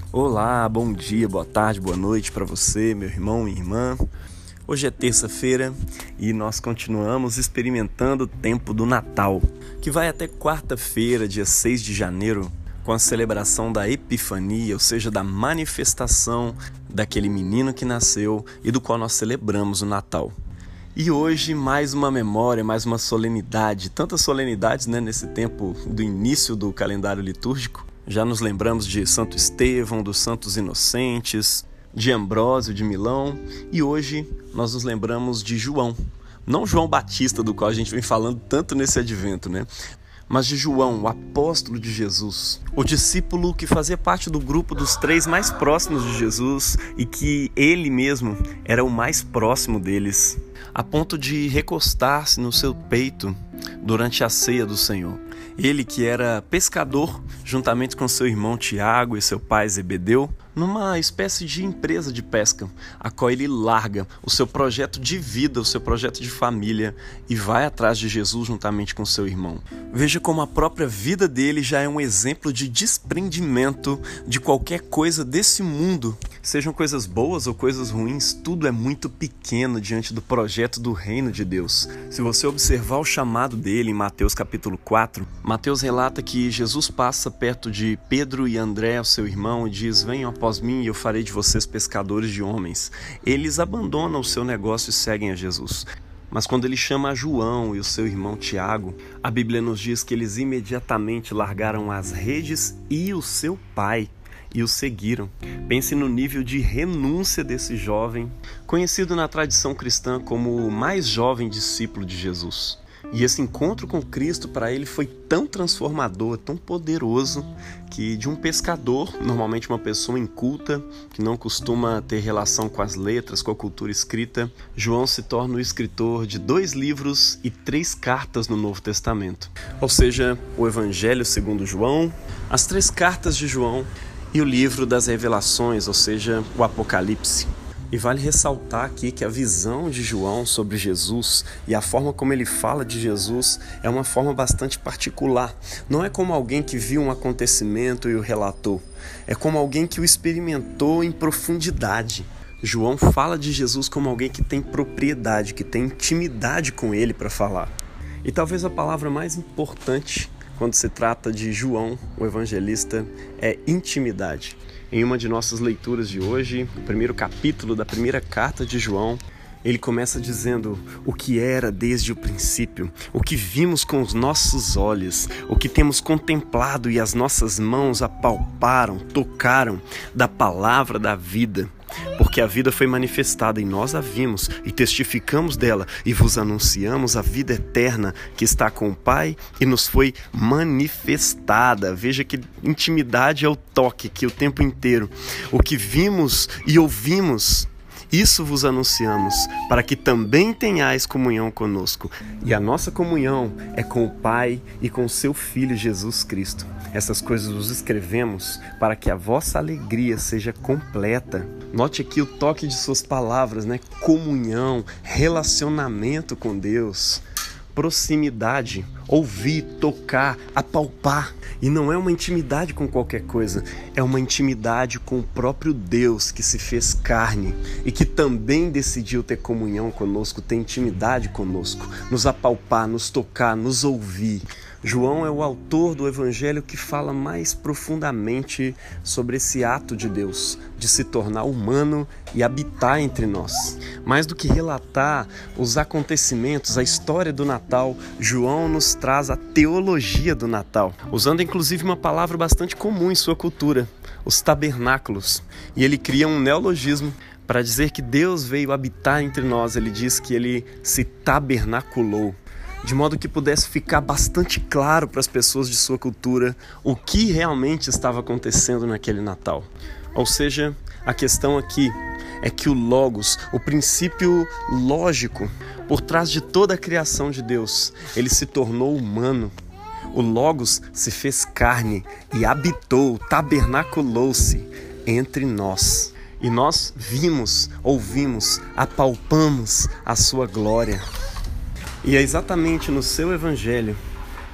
Olá, bom dia, boa tarde, boa noite para você, meu irmão e irmã. Hoje é terça-feira e nós continuamos experimentando o tempo do Natal, que vai até quarta-feira, dia 6 de janeiro, com a celebração da Epifania, ou seja, da manifestação daquele menino que nasceu e do qual nós celebramos o Natal. E hoje mais uma memória, mais uma solenidade, tantas solenidades nesse tempo do início do calendário litúrgico. Já nos lembramos de Santo Estevão, dos Santos Inocentes, de Ambrósio de Milão e hoje nós nos lembramos de João. Não João Batista, do qual a gente vem falando tanto nesse advento, mas de João, o apóstolo de Jesus, o discípulo que fazia parte do grupo dos 3 mais próximos de Jesus e que ele mesmo era o mais próximo deles, a ponto de recostar-se no seu peito durante a ceia do Senhor. Ele que era pescador, juntamente com seu irmão Tiago e seu pai Zebedeu, numa espécie de empresa de pesca, a qual ele larga o seu projeto de vida, o seu projeto de família e vai atrás de Jesus juntamente com seu irmão. Veja como a própria vida dele já é um exemplo de desprendimento de qualquer coisa desse mundo. Sejam coisas boas ou coisas ruins, tudo é muito pequeno diante do projeto do reino de Deus. Se você observar o chamado dele em Mateus capítulo 4, Mateus relata que Jesus passa perto de Pedro e André, o seu irmão, e diz: "Venham após mim e eu farei de vocês pescadores de homens." Eles abandonam o seu negócio e seguem a Jesus. Mas quando ele chama a João e o seu irmão Tiago, a Bíblia nos diz que eles imediatamente largaram as redes e o seu pai e o seguiram. Pense no nível de renúncia desse jovem, conhecido na tradição cristã como o mais jovem discípulo de Jesus. E esse encontro com Cristo para ele foi tão transformador, tão poderoso, que de um pescador, normalmente uma pessoa inculta, que não costuma ter relação com as letras, com a cultura escrita, João se torna o escritor de 2 livros e 3 cartas no Novo Testamento. Ou seja, o Evangelho segundo João, as 3 cartas de João e o livro das Revelações, ou seja, o Apocalipse. E vale ressaltar aqui que a visão de João sobre Jesus e a forma como ele fala de Jesus é uma forma bastante particular. Não é como alguém que viu um acontecimento e o relatou. É como alguém que o experimentou em profundidade. João fala de Jesus como alguém que tem propriedade, que tem intimidade com ele para falar. E talvez a palavra mais importante quando se trata de João, o evangelista, é intimidade. Em uma de nossas leituras de hoje, o primeiro capítulo da primeira carta de João, ele começa dizendo o que era desde o princípio, o que vimos com os nossos olhos, o que temos contemplado e as nossas mãos apalparam, tocaram da palavra da vida. Porque a vida foi manifestada e nós a vimos e testificamos dela e vos anunciamos a vida eterna que está com o Pai e nos foi manifestada. Veja que intimidade é o toque aqui o tempo inteiro. O que vimos e ouvimos, isso vos anunciamos, para que também tenhais comunhão conosco. E a nossa comunhão é com o Pai e com o seu Filho Jesus Cristo. Essas coisas vos escrevemos para que a vossa alegria seja completa. Note aqui o toque de suas palavras, Comunhão, relacionamento com Deus, proximidade, ouvir, tocar, apalpar. E não é uma intimidade com qualquer coisa, é uma intimidade com o próprio Deus que se fez carne e que também decidiu ter comunhão conosco, ter intimidade conosco, nos apalpar, nos tocar, nos ouvir. João é o autor do Evangelho que fala mais profundamente sobre esse ato de Deus, de se tornar humano e habitar entre nós. Mais do que relatar os acontecimentos, a história do Natal, João nos traz a teologia do Natal, usando inclusive uma palavra bastante comum em sua cultura, os tabernáculos. E ele cria um neologismo para dizer que Deus veio habitar entre nós. Ele diz que ele se tabernaculou, de modo que pudesse ficar bastante claro para as pessoas de sua cultura o que realmente estava acontecendo naquele Natal. Ou seja, a questão aqui é que o Logos, o princípio lógico por trás de toda a criação de Deus, ele se tornou humano. O Logos se fez carne e habitou, tabernaculou-se entre nós. E nós vimos, ouvimos, apalpamos a sua glória. E é exatamente no seu Evangelho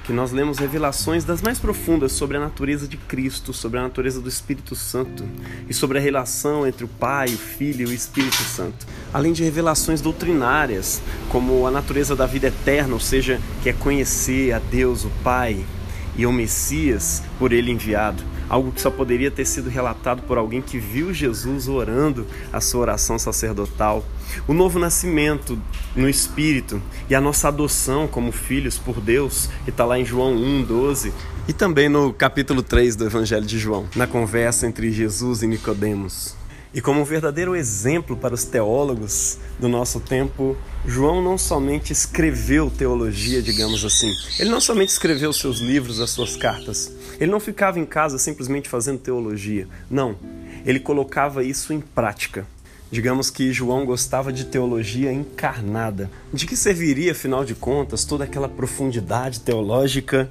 que nós lemos revelações das mais profundas sobre a natureza de Cristo, sobre a natureza do Espírito Santo e sobre a relação entre o Pai, o Filho e o Espírito Santo. Além de revelações doutrinárias, como a natureza da vida eterna, ou seja, que é conhecer a Deus, o Pai e o Messias por ele enviado. Algo que só poderia ter sido relatado por alguém que viu Jesus orando a sua oração sacerdotal. O novo nascimento no Espírito e a nossa adoção como filhos por Deus, que está lá em João 1:12. E também no capítulo 3 do Evangelho de João, na conversa entre Jesus e Nicodemos. E como um verdadeiro exemplo para os teólogos do nosso tempo, João não somente escreveu teologia, digamos assim. Ele não somente escreveu seus livros, as suas cartas. Ele não ficava em casa simplesmente fazendo teologia. Não, ele colocava isso em prática. Digamos que João gostava de teologia encarnada. De que serviria, afinal de contas, toda aquela profundidade teológica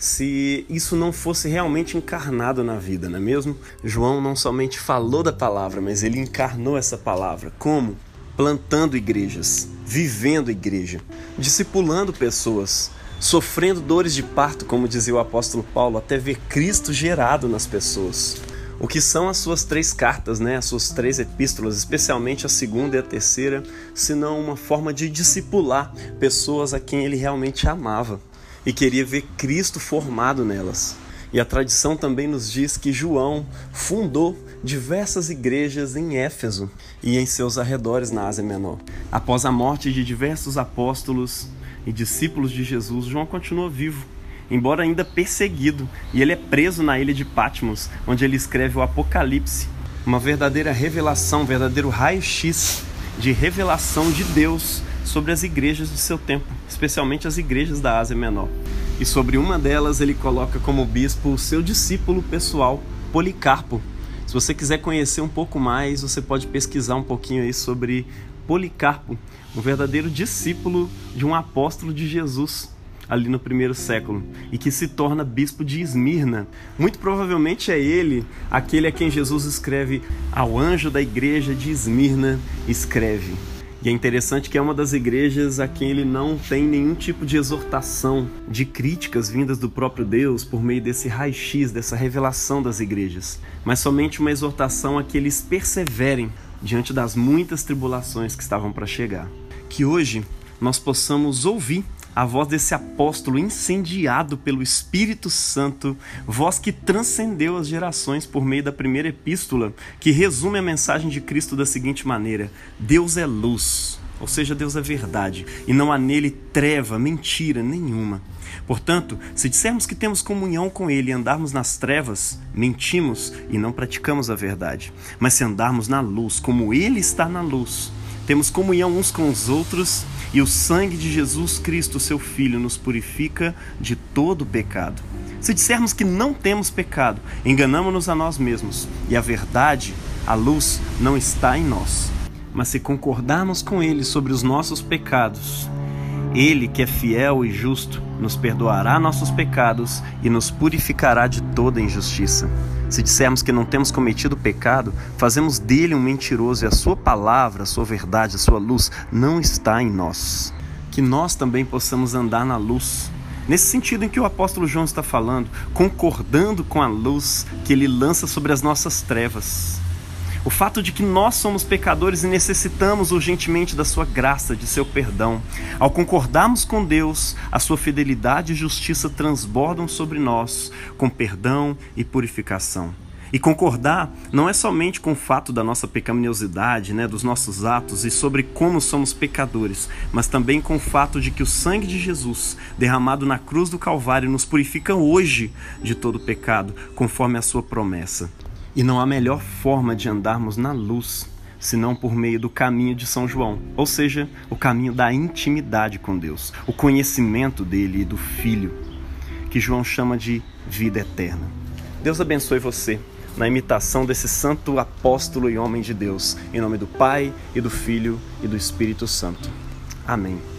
se isso não fosse realmente encarnado na vida, não é mesmo? João não somente falou da palavra, mas ele encarnou essa palavra. Como? Plantando igrejas, vivendo igreja, discipulando pessoas, sofrendo dores de parto, como dizia o apóstolo Paulo, até ver Cristo gerado nas pessoas. O que são as suas 3 cartas, né? As suas 3 epístolas, especialmente a 2ª e a 3ª, senão uma forma de discipular pessoas a quem ele realmente amava e queria ver Cristo formado nelas. E a tradição também nos diz que João fundou diversas igrejas em Éfeso e em seus arredores na Ásia Menor. Após a morte de diversos apóstolos e discípulos de Jesus, João continua vivo, embora ainda perseguido, e ele é preso na ilha de Patmos, onde ele escreve o Apocalipse, uma verdadeira revelação, um verdadeiro raio-x de revelação de Deus sobre as igrejas do seu tempo, especialmente as igrejas da Ásia Menor. E sobre uma delas ele coloca como bispo o seu discípulo pessoal, Policarpo. Se você quiser conhecer um pouco mais, você pode pesquisar um pouquinho aí sobre Policarpo, um verdadeiro discípulo de um apóstolo de Jesus, ali no 1º século, e que se torna bispo de Esmirna. Muito provavelmente é ele, aquele a quem Jesus escreve: ao anjo da igreja de Esmirna escreve. E é interessante que é uma das igrejas a quem ele não tem nenhum tipo de exortação, de críticas vindas do próprio Deus por meio desse raio-x, dessa revelação das igrejas, mas somente uma exortação a que eles perseverem diante das muitas tribulações que estavam para chegar. Que hoje nós possamos ouvir a voz desse apóstolo incendiado pelo Espírito Santo, voz que transcendeu as gerações por meio da 1ª epístola, que resume a mensagem de Cristo da seguinte maneira: Deus é luz, ou seja, Deus é verdade, e não há nele treva, mentira nenhuma. Portanto, se dissermos que temos comunhão com ele e andarmos nas trevas, mentimos e não praticamos a verdade. Mas se andarmos na luz, como ele está na luz, temos comunhão uns com os outros, e o sangue de Jesus Cristo, seu Filho, nos purifica de todo pecado. Se dissermos que não temos pecado, enganamo-nos a nós mesmos, e a verdade, a luz, não está em nós. Mas se concordarmos com ele sobre os nossos pecados, ele, que é fiel e justo, nos perdoará nossos pecados e nos purificará de toda injustiça. Se dissermos que não temos cometido pecado, fazemos dele um mentiroso, e a sua palavra, a sua verdade, a sua luz não está em nós. Que nós também possamos andar na luz, nesse sentido em que o apóstolo João está falando, concordando com a luz que ele lança sobre as nossas trevas. O fato de que nós somos pecadores e necessitamos urgentemente da sua graça, de seu perdão. Ao concordarmos com Deus, a sua fidelidade e justiça transbordam sobre nós com perdão e purificação. E concordar não é somente com o fato da nossa pecaminosidade, dos nossos atos e sobre como somos pecadores, mas também com o fato de que o sangue de Jesus, derramado na cruz do Calvário, nos purifica hoje de todo pecado, conforme a sua promessa. E não há melhor forma de andarmos na luz, senão por meio do caminho de São João, ou seja, o caminho da intimidade com Deus, o conhecimento dele e do Filho, que João chama de vida eterna. Deus abençoe você na imitação desse santo apóstolo e homem de Deus, em nome do Pai e do Filho e do Espírito Santo. Amém.